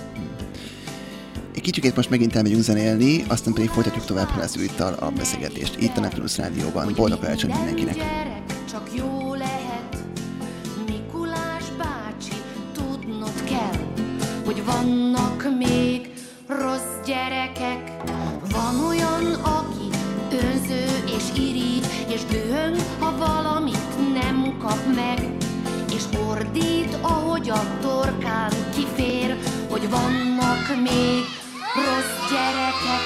Egy kicsikét most megint elmegyünk zenélni, aztán pedig folytatjuk tovább Halász Judittal a beszélgetést itt a Neptunus Rádióban. Boldog karácsony mindenkinek!
Gyerek, csak jó lehet, Mikulás bácsi, tudnod kell, hogy vannak még rossz gyerekek. Van olyan, aki önző és irigy, és dühöng, ha valamit nem kap meg, és ordít, ahogy a torkán kifér, hogy vannak még rossz gyerekek.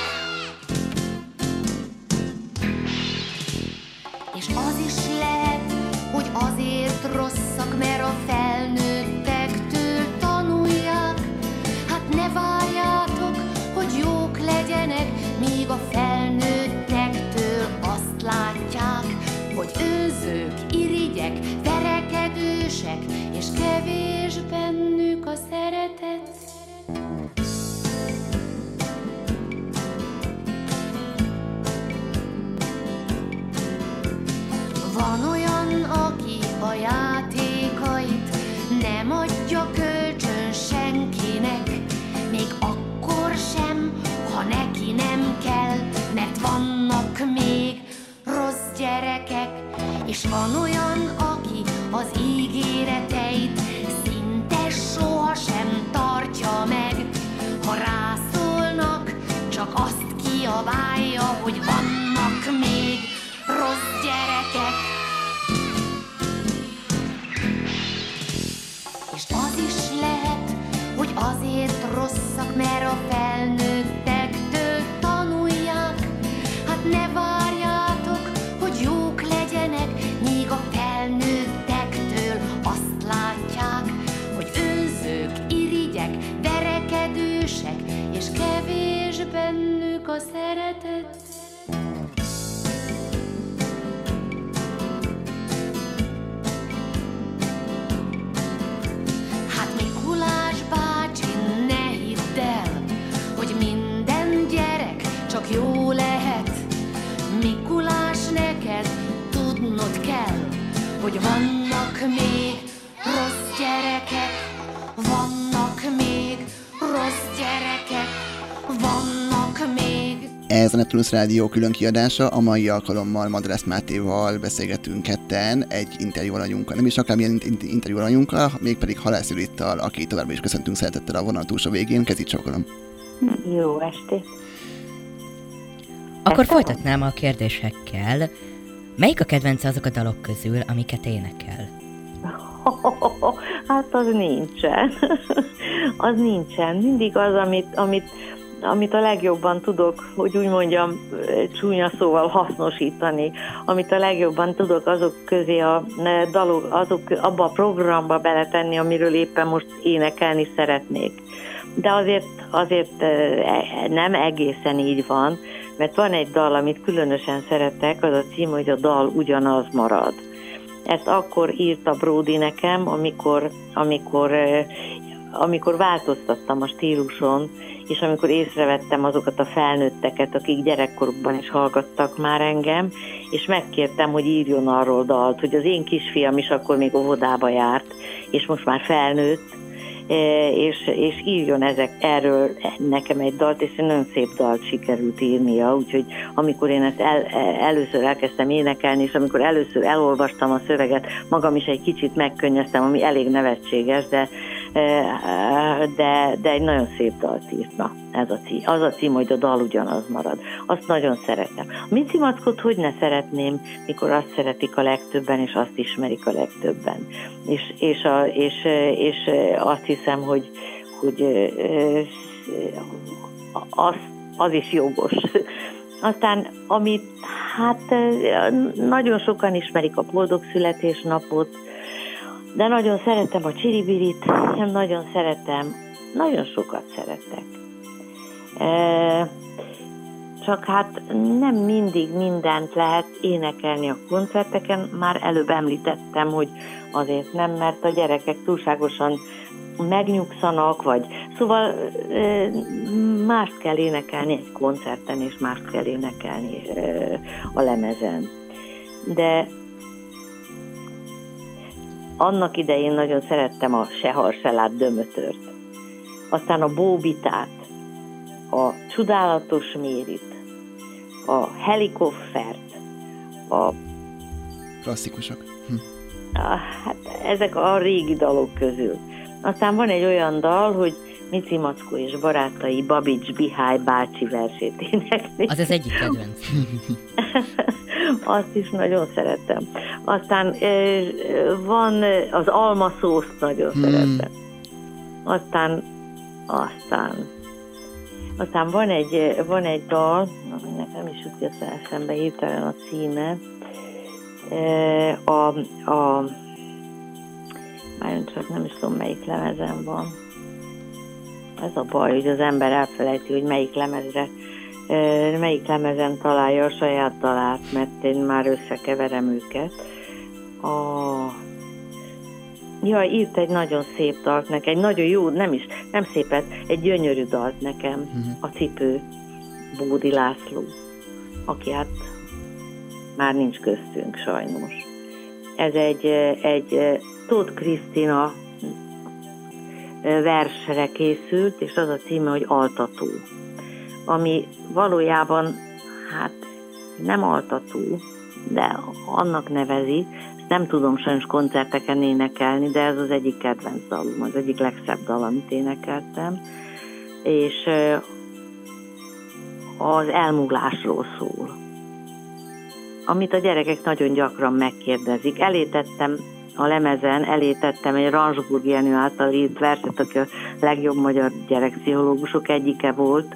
És az is lehet, hogy azért rosszak, mert a felnőttektől tanulják. Hát ne várjátok, hogy jók legyenek, míg a felnőttektől azt látják, hogy önzők, irigyek, verekedősek, és kevés bennük a szeretet. Van olyan, aki a játékait nem adja kölcsön senkinek, még akkor sem, ha neki nem kell, mert vannak még rossz gyerekek. És van olyan, aki az ígéreteit szinte sohasem tartja meg. Ha rászólnak, csak azt kiabálja, hogy vannak még rossz gyerekek. És az is lehet, hogy azért rosszak, mert a felnőttektől tanulják. Hát ne várjátok, hogy jók legyenek, míg a felnőttektől azt látják, hogy önzők, irigyek, verekedősek, és kevés bennük a szeretet. Jó lehet, Mikulás, neked tudnod kell, hogy vannak még rossz gyerekek, vannak még rossz gyerekek, vannak még.
Ez a Neptunus Rádió külön kiadása, a mai alkalommal Madrász Mátéval beszélgetünk ketten egy interjú alanyunkkal, nem is akármilyen interjú alanyunkkal, mégpedig Halász Judittal, aki továbbra is köszöntünk szeretettel a vonal túlsó végén. Kezit csókolom.
Jó estét!
Akkor folytatnám a kérdésekkel. Melyik a kedvence azok a dalok közül, amiket énekel?
Hát az nincsen. Az nincsen. Mindig az, amit, amit, amit a legjobban tudok, hogy úgy mondjam, csúnya szóval hasznosítani, amit a legjobban tudok azok közé a dalok, azok abba a programba beletenni, amiről éppen most énekelni szeretnék. De azért, azért nem egészen így van, mert van egy dal, amit különösen szeretek, az a cím, hogy a dal ugyanaz marad. Ezt akkor írta Bródi nekem, amikor, amikor, amikor változtattam a stíluson, és amikor észrevettem azokat a felnőtteket, akik gyerekkorukban is hallgattak már engem, és megkértem, hogy írjon arról dalt, hogy az én kisfiam is akkor még óvodába járt, és most már felnőtt, és, és írjon ezek, erről nekem egy dalt, és egy nagyon szép dalt sikerült írnia, úgyhogy amikor én ezt el, először elkezdtem énekelni, és amikor először elolvastam a szöveget, magam is egy kicsit megkönnyeztem, ami elég nevetséges, de, de, de egy nagyon szép dalt írt. Na, ez a cím. Az a cím, hogy a dal ugyanaz marad. Azt nagyon szeretem. A Mici Mackót hogy ne szeretném, mikor azt szeretik a legtöbben, és azt ismerik a legtöbben. És, és, a, és, és azt hiszem, hogy, hogy az, az is jogos. Aztán, amit hát nagyon sokan ismerik a boldog születésnapot, de nagyon szeretem a Csiribirit, nagyon szeretem, nagyon sokat szeretek. Csak hát nem mindig mindent lehet énekelni a koncerteken, már előbb említettem, hogy azért nem, mert a gyerekek túlságosan megnyugszanak, vagy szóval mást kell énekelni egy koncerten, és mást kell énekelni a lemezen. De annak idején nagyon szerettem a Se hal se lát Dömötört, aztán a Bóbitát, a Csodálatos Mérit, a Helikoptert, a...
Klasszikusok. Hm.
A, hát ezek a régi dalok közül. Aztán van egy olyan dal, hogy Mici Mackó és barátai Babics Bihály bácsi versét énekli.
Az az egyik kedvenc.
Azt is nagyon szeretem. Aztán van az almaszószt, nagyon hmm. szeretem. Aztán, aztán, aztán van egy, van egy dal, aminek nem is jut össze eszembe hirtelen a címe, a, a már csak nem is tudom, melyik lemezen van. Ez a baj, hogy az ember elfelejti, hogy melyik lemezre, melyik lemezen találja a saját dalát, mert én már összekeverem őket. A... Ja, írt egy nagyon szép dalt nekem, egy nagyon jó, nem is, nem szépet, egy gyönyörű dalt nekem, uh-huh. a Cipő, Bódi László, aki hát már nincs köztünk sajnos. Ez egy, egy Tóth Krisztina versre készült, és az a címe, hogy Altató, ami valójában hát nem altató, de annak nevezi, ezt nem tudom sajnos koncerteken énekelni, de ez az egyik kedvenc dalom, az egyik legszebb dal, amit énekeltem, és az elmúlásról szól, amit a gyerekek nagyon gyakran megkérdezik. Elétettem a lemezen, elétettem egy Ransburg Jenő által írt verset, aki a legjobb magyar gyerekpszichológusok egyike volt,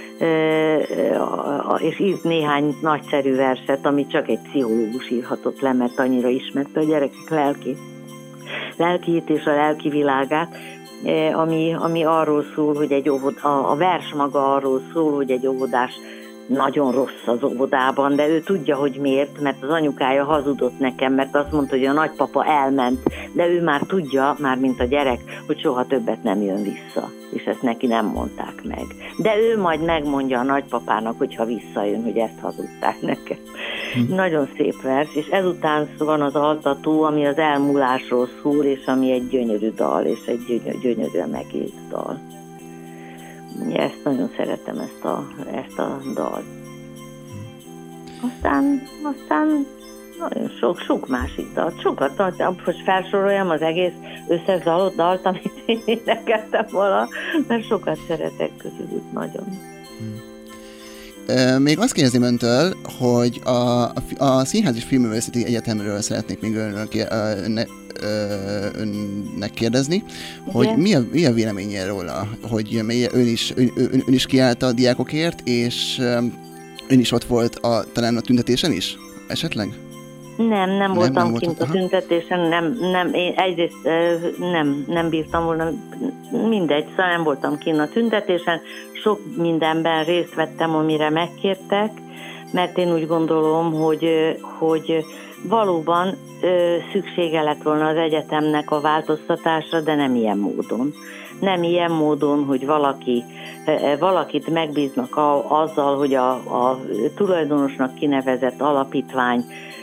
és írt néhány nagyszerű verset, amit csak egy pszichológus írhatott le, mert annyira ismerte a gyerekek lelki, lelkiét és a lelki világát, ami, ami arról szól, hogy egy óvod, a, a vers maga arról szól, hogy egy óvodás nagyon rossz az óvodában, de ő tudja, hogy miért, mert az anyukája hazudott nekem, mert azt mondta, hogy a nagypapa elment, de ő már tudja, már mint a gyerek, hogy soha többet nem jön vissza, és ezt neki nem mondták meg. De ő majd megmondja a nagypapának, hogyha visszajön, hogy ezt hazudták nekem. Hm. Nagyon szép vers, és ezután van az Altató, ami az elmúlásról szól, és ami egy gyönyörű dal, és egy gyönyörű, gyönyörűen megírt dal. Ezt nagyon szeretem, ezt a, ezt a dalt. Aztán, aztán nagyon sok, sok másik dalt. Sokat, most felsoroljam az egész összes dalt, dalt amit én énekeltem vala, mert sokat szeretek közülük nagyon.
Még azt kérdezném öntől, hogy a, a, a Színház és Filmművészeti Egyetemről szeretnék még önnek, önnek, önnek kérdezni, hogy
Igen.
mi a, mi a véleménye róla, hogy ön is, ön, ön, ön is kiállt a diákokért, és ön is ott volt a, talán a tüntetésen is, esetleg?
Nem, nem voltam
nem
kint
volt,
a tüntetésen, nem, nem, én egyrészt nem, nem bírtam volna, mindegy, szóval nem voltam kint a tüntetésen, sok mindenben részt vettem, amire megkértek, mert én úgy gondolom, hogy, hogy valóban szüksége lett volna az egyetemnek a változtatásra, de nem ilyen módon. Nem ilyen módon, hogy valaki, valakit megbíznak a, azzal, hogy a, a tulajdonosnak kinevezett alapítvány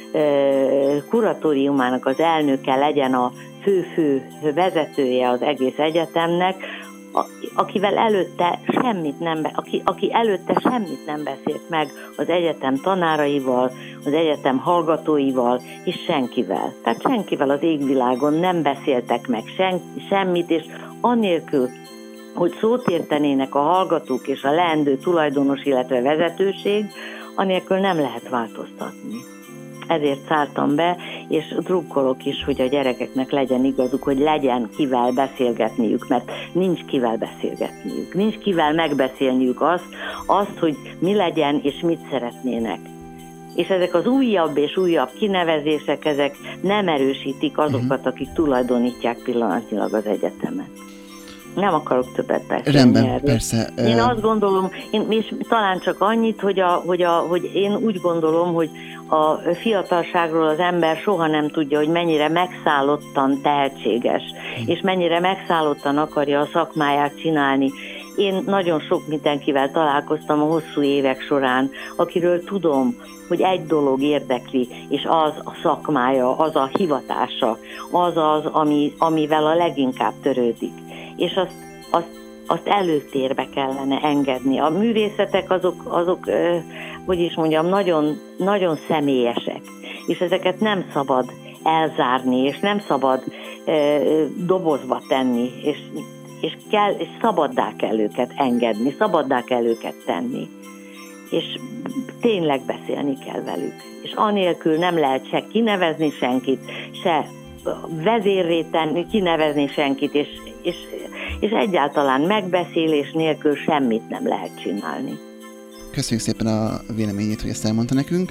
kuratóriumának az elnöke legyen a fő-fő vezetője az egész egyetemnek, akivel előtte semmit nem, aki, aki előtte semmit nem beszélt meg az egyetem tanáraival, az egyetem hallgatóival, és senkivel. Tehát senkivel az égvilágon nem beszéltek meg sen, semmit, és annélkül, hogy szót értenének a hallgatók és a leendő tulajdonos, illetve vezetőség, annélkül nem lehet változtatni. Ezért szálltam be, és drukkolok is, hogy a gyerekeknek legyen igazuk, hogy legyen kivel beszélgetniük, mert nincs kivel beszélgetniük. Nincs kivel megbeszélniük azt, azt, hogy mi legyen és mit szeretnének. És ezek az újabb és újabb kinevezések, ezek nem erősítik azokat, akik tulajdonítják pillanatnyilag az egyetemet. Nem akarok többet beszélni.
Rendben,
erről.
persze.
Én azt gondolom, én, és talán csak annyit, hogy, a, hogy, a, hogy én úgy gondolom, hogy a fiatalságról az ember soha nem tudja, hogy mennyire megszállottan tehetséges, és mennyire megszállottan akarja a szakmáját csinálni. Én nagyon sok mindenkivel találkoztam a hosszú évek során, akiről tudom, hogy egy dolog érdekli, és az a szakmája, az a hivatása, az az, ami, amivel a leginkább törődik. És azt, azt, azt előtérbe kellene engedni. A művészetek azok, azok ö, hogy is mondjam, nagyon, nagyon személyesek, és ezeket nem szabad elzárni, és nem szabad ö, dobozba tenni, és, és, kell, és szabaddá kell őket engedni, szabaddá kell őket tenni. És tényleg beszélni kell velük. És anélkül nem lehet se kinevezni senkit, se vezérré tenni, kinevezni senkit, és, és, és egyáltalán megbeszélés nélkül semmit nem lehet csinálni.
Köszönjük szépen a véleményét, hogy ezt elmondta nekünk.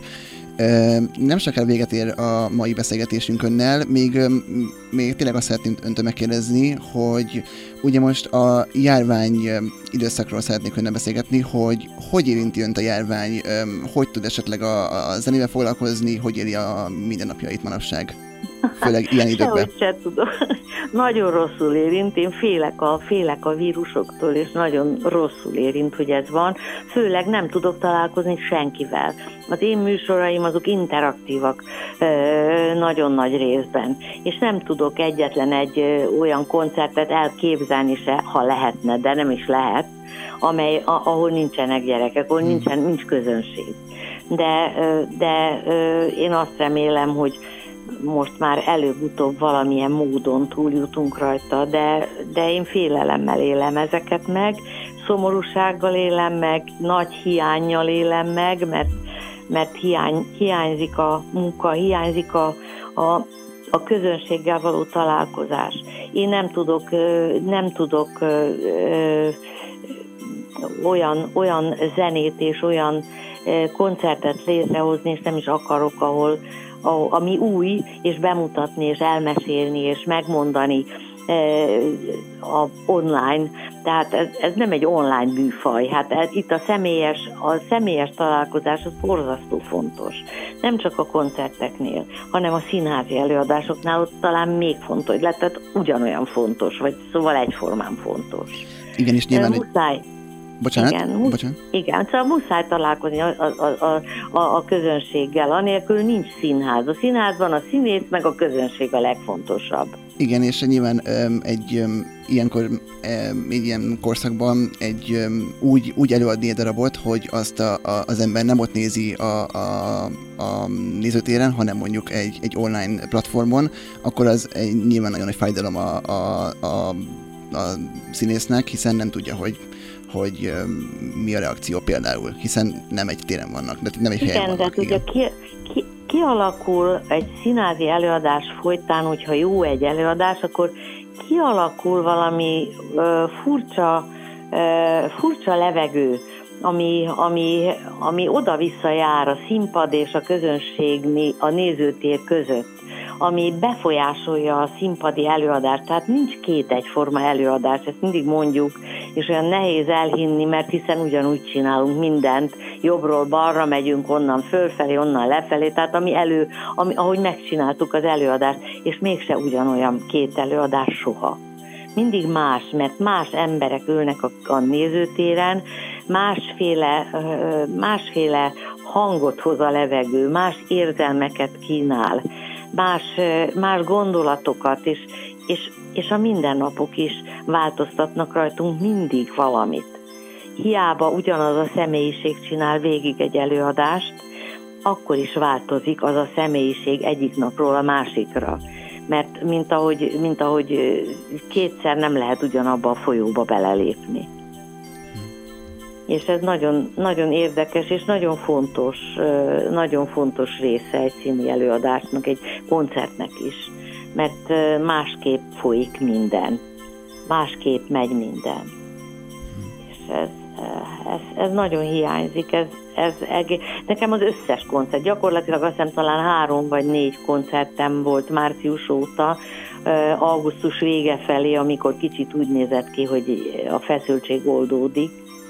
Nem sokára véget ér a mai beszélgetésünk önnel, még, még tényleg azt szeretném öntől megkérdezni, hogy ugye most a járvány időszakról szeretnék önnel beszélgetni, hogy hogy érinti önt a járvány, hogy tud esetleg a, a zenével foglalkozni, hogy éri a mindennapjait manapság, főleg ilyen időkben.
Sehogy se tudom. Nagyon rosszul érint, én félek a, félek a vírusoktól, és nagyon rosszul érint, hogy ez van. Főleg nem tudok találkozni senkivel. Az én műsoraim azok interaktívak nagyon nagy részben, és nem tudok egyetlen egy olyan koncertet elképzelni se, ha lehetne, de nem is lehet, amely, ahol nincsenek gyerekek, ahol nincsen, nincs közönség. De, de én azt remélem, hogy most már előbb-utóbb valamilyen módon túljutunk rajta, de, de én félelemmel élem ezeket meg, szomorúsággal élem meg, nagy hiánnyal élem meg, mert, mert hiány, hiányzik a munka, hiányzik a, a, a közönséggel való találkozás. Én nem tudok, nem tudok ö, ö, olyan, olyan zenét és olyan koncertet létrehozni, és nem is akarok, ahol ami új, és bemutatni, és elmesélni, és megmondani a online. Tehát ez, ez nem egy online műfaj. Hát ez, itt a személyes, a személyes találkozás az borzasztó fontos. Nem csak a koncerteknél, hanem a színházi előadásoknál ott talán még fontos, tehát ugyanolyan fontos, vagy szóval egyformán fontos.
Igen, és nyilván...
Muszáj.
Bocsánat?
Igen, musz,
Bocsánat.
igen, szóval muszáj találkozni a, a, a, a, a közönséggel, anélkül nincs színház. A színházban a színész meg a közönség a legfontosabb.
Igen, és nyilván um, egy um, ilyenkor, um, egy ilyen korszakban egy um, úgy, úgy előadni egy darabot, hogy azt a, a, az ember nem ott nézi a, a, a nézőtéren, hanem mondjuk egy, egy online platformon, akkor az egy, nyilván nagyon nagy fájdalom a, a, a, a színésznek, hiszen nem tudja, hogy hogy mi a reakció például, hiszen nem egy téren vannak, de nem egy
igen,
helyen vannak.
De igen, de ki, ki, kialakul egy színházi előadás folytán, hogyha jó egy előadás, akkor kialakul valami uh, furcsa, uh, furcsa levegő, ami, ami, ami oda-vissza jár a színpad és a közönség, a nézőtér között, ami befolyásolja a színpadi előadást. Tehát nincs két egyforma előadás, ezt mindig mondjuk, és olyan nehéz elhinni, mert hiszen ugyanúgy csinálunk mindent, jobbról balra megyünk, onnan fölfelé, onnan lefelé, tehát ami elő, ami, ahogy megcsináltuk az előadást, és mégse ugyanolyan két előadás soha. Mindig más, mert más emberek ülnek a, a nézőtéren, másféle, másféle hangot hoz a levegő, más érzelmeket kínál, más, más gondolatokat, és, és, és a mindennapok is változtatnak rajtunk mindig valamit. Hiába ugyanaz a személyiség csinál végig egy előadást, akkor is változik az a személyiség egyik napról a másikra. Mert mint ahogy, mint ahogy kétszer nem lehet ugyanabba a folyóba belelépni. És ez nagyon, nagyon érdekes és nagyon fontos, nagyon fontos része egy színi előadásnak, egy koncertnek is. Mert másképp folyik minden, másképp megy minden. És ez, ez, ez nagyon hiányzik. Ez, ez egész, nekem az összes koncert, gyakorlatilag azt hiszem talán három vagy négy koncertem volt március óta, augusztus vége felé, amikor kicsit úgy nézett ki, hogy a feszültség oldódik.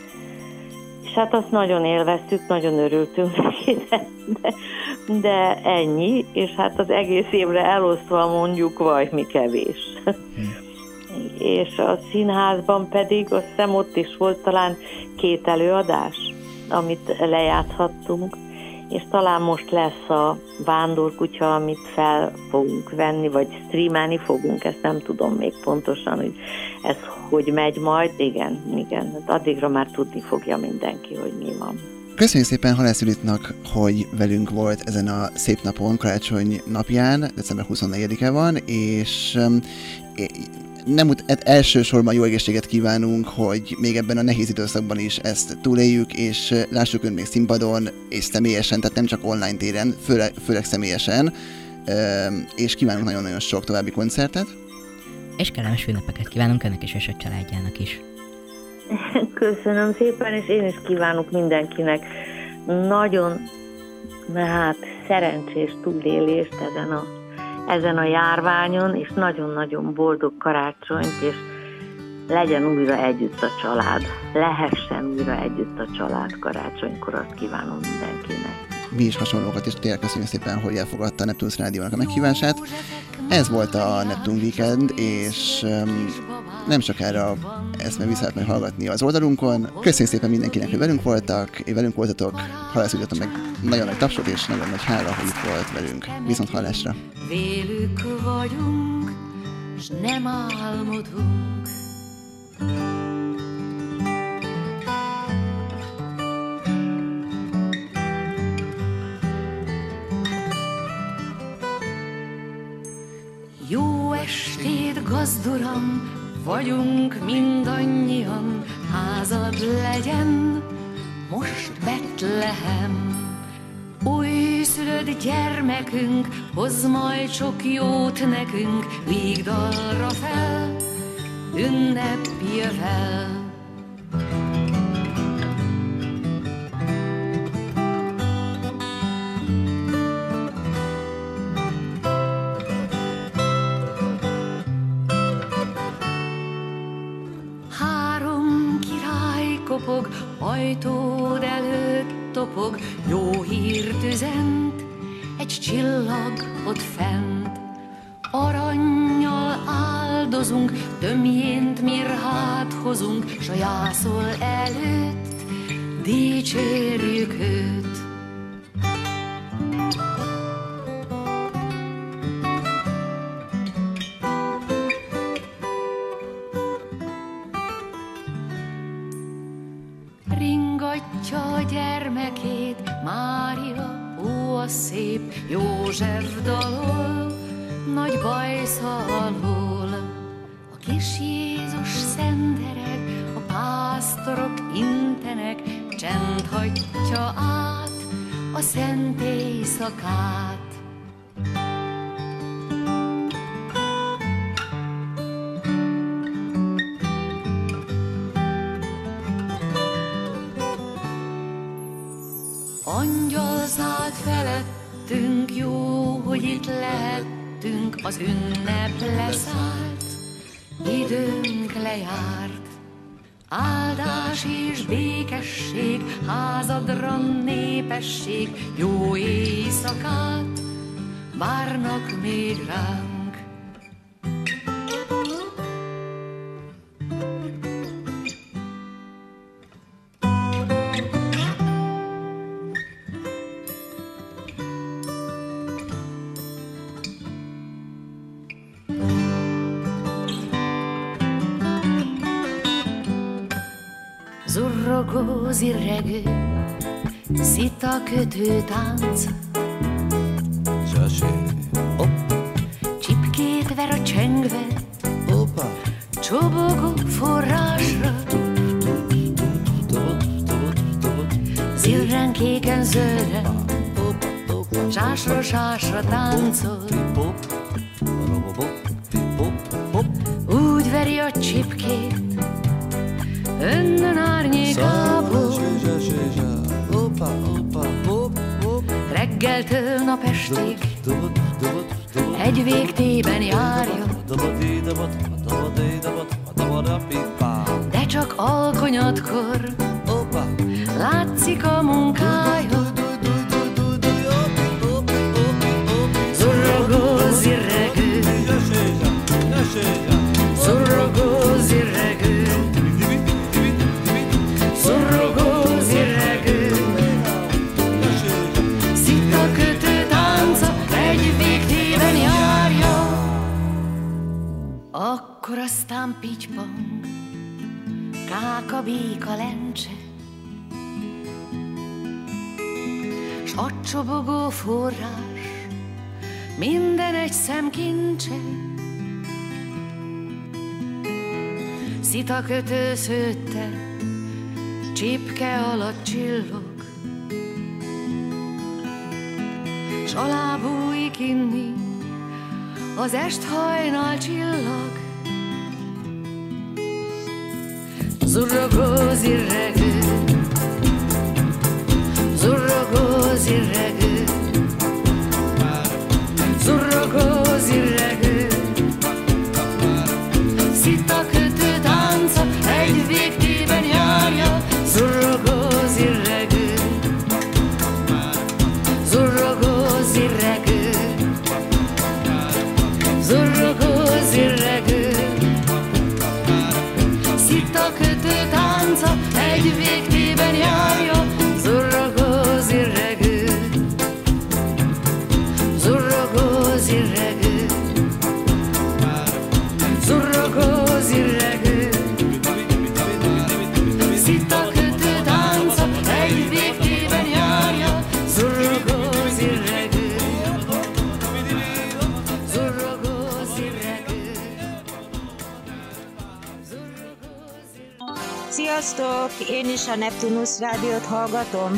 És hát azt nagyon élveztük, nagyon örültünk neki, de, de, de ennyi, és hát az egész évre elosztva mondjuk vaj, mi kevés. Hmm. És a színházban pedig azt hiszem ott is volt talán két előadás, amit lejátszhattunk, és talán most lesz a Vándorkutya, amit fel fogunk venni, vagy streamelni fogunk, ezt nem tudom még pontosan, hogy ez hogy megy majd. Igen, igen, addigra már tudni fogja mindenki, hogy mi van.
Köszönjük szépen Halász Juditnak, hogy velünk volt ezen a szép napon, karácsony napján, december huszonnegyedike van, és nem ut- elsősorban jó egészséget kívánunk, hogy még ebben a nehéz időszakban is ezt túléljük, és lássuk Önt még színpadon, és személyesen, tehát nem csak online téren, főleg, főleg személyesen, és kívánunk nagyon-nagyon sok további koncertet.
És kellemes ünnepeket kívánunk Önnek is, és a családjának is.
Köszönöm szépen, és én is kívánok mindenkinek nagyon, hát szerencsés túlélést ezen a ezen a járványon, és nagyon-nagyon boldog karácsonyt, és legyen újra együtt a család. Lehessen újra együtt a család karácsonykor, azt kívánom mindenkinek.
Mi is hasonlókat, és tényleg köszönjük szépen, hogy elfogadta a Neptunes Rádiónak a meghívását. Ez volt a Neptune Weekend, és um, nem sokára ezt meg vissza lehet majd hallgatni az oldalunkon. Köszönjük szépen mindenkinek, hogy velünk voltak, és velünk voltatok. Halász Juditon meg nagyon nagy tapsot, és nagyon nagy hála, hogy itt volt velünk. Viszont hallásra!
Vélük vagyunk, s nem álmodunk. Jó estét, gazduram, vagyunk mindannyian, házad legyen, most Betlehem. Újszülött gyermekünk, hoz majd sok jót nekünk, vígdalra fel, ünnep jövel. Három király kopog, ajtód előtt topog, jó hírt üzent, egy csillag ott fent. Arannyal áldozunk, tömjént mirhát hozunk, s a jászol előtt dicsérjük őt. Ringatja a gyermekét Mária, ó, a szép József dalol, nagy bajsz alól. A kis Jézus szendereg, a pár
pásztorok intenek, csend hagyja át a szent éjszakát. Angyal szállt felettünk, jó, hogy itt lehettünk, az ünnep leszállt, időnk lejárt. Áldás és békesség, házadra népesség, jó éjszakát várnak még ránk. Zurrogó zirregő, szita kötő tánc.
Hopp.
Csipkét ver a csengve,
Hoppa.
csobogó forrásra. Zirren kéken zöldre, sásra sásra táncol. Úgy veri a csipkét önnön árnyékából. Reggeltől napestig egy végtében járja, de csak alkonyatkor látszik a munkája. Zurrogó zirregő, zurrogó zirregő, zurrogó zirregő, szita kötő tánca egy végtében járja. Akkor aztán pitypang, káka béka lencse, s a csobogó forrás minden egy szem kincse. Szita kötő szőtte, csipke alatt csillog, s alá bújik inni az est hajnal csillag. Zurrogó zirregő, zurrogó zirregő, zurrogó zirregő, szita kötő tánca egy végtében járja. Zurrogó zirregő, zurrogó zirregő, zurrogó zirregő, szita kötő tánca egy végtében járja. Zurrogó zirregő, zurrogó zirregő, zurrogó zirregő, szita kötő tánca egy végtében járja. Zurrogó zirregő, zurrogó zirregő, zurrogó zirregő.
Sziasztok! Én is a Neptunus Rádiót hallgatom.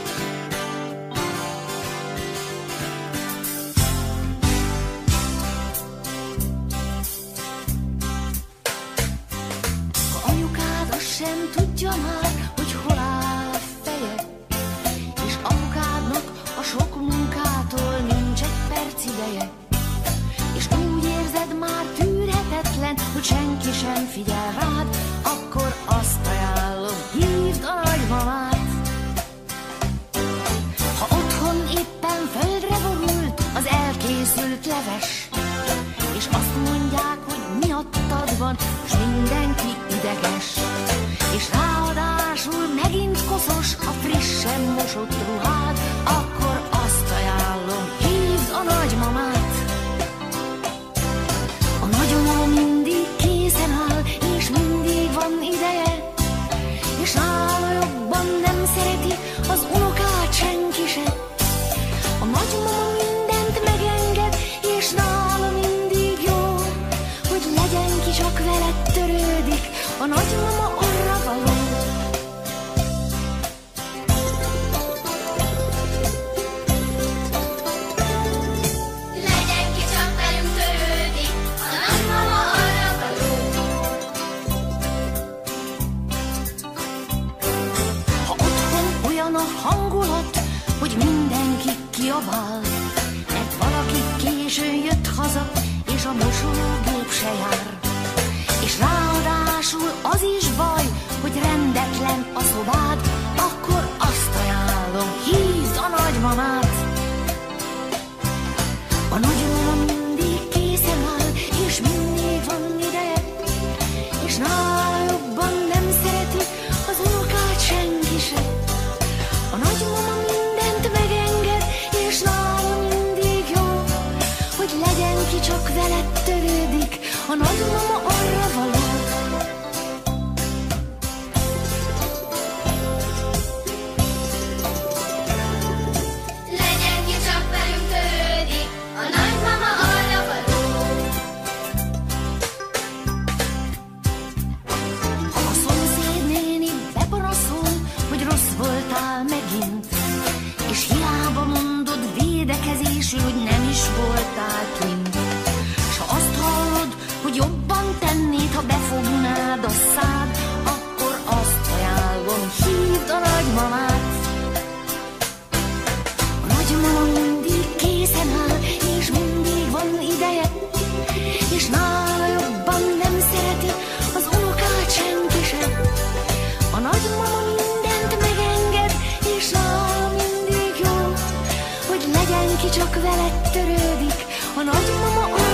Anyukád azt sem tudja már, hogy hol áll a feje, és apukádnak a sok munkától nincs egy perc ideje, és úgy érzed már tűrhetetlen, hogy senki sem figyel rád, akkor azt ajánlom, hívd a nagymamát. a hangulat, hogy mindenki kiabál, mert valaki későn jött haza, és a mosógép se jár. És ráadásul az is baj, hogy rendetlen a szobád, akkor azt ajánlom, hívd a nagymamát. A nagymama mindig készen áll, és mindig van ideje, és nála jobban nem szereti az unokát senki se. A nagymama mindent megenged, és nála mindig jó, hogy legyen ki csak veled törődik, a nagymama arra való.
Legyen ki csak velünk törődik, a nagymama arra való.
Ha a szomszéd néni bepanaszol, hogy rossz voltál megint, és hiába mondod védekezésül, hogy nem is voltál kint, s ha azt hallod, hogy jobban tennéd, ha befognád a szád, akkor azt ajánlom, hívd a nagymamát. A nagymama mindig készen áll, és mindig van ideje, és nála jobban nem szereti az unokát senki sem. A nagymama mindent megenged, és nála mindig jó, hogy legyen ki csak veled törődik, a nagymama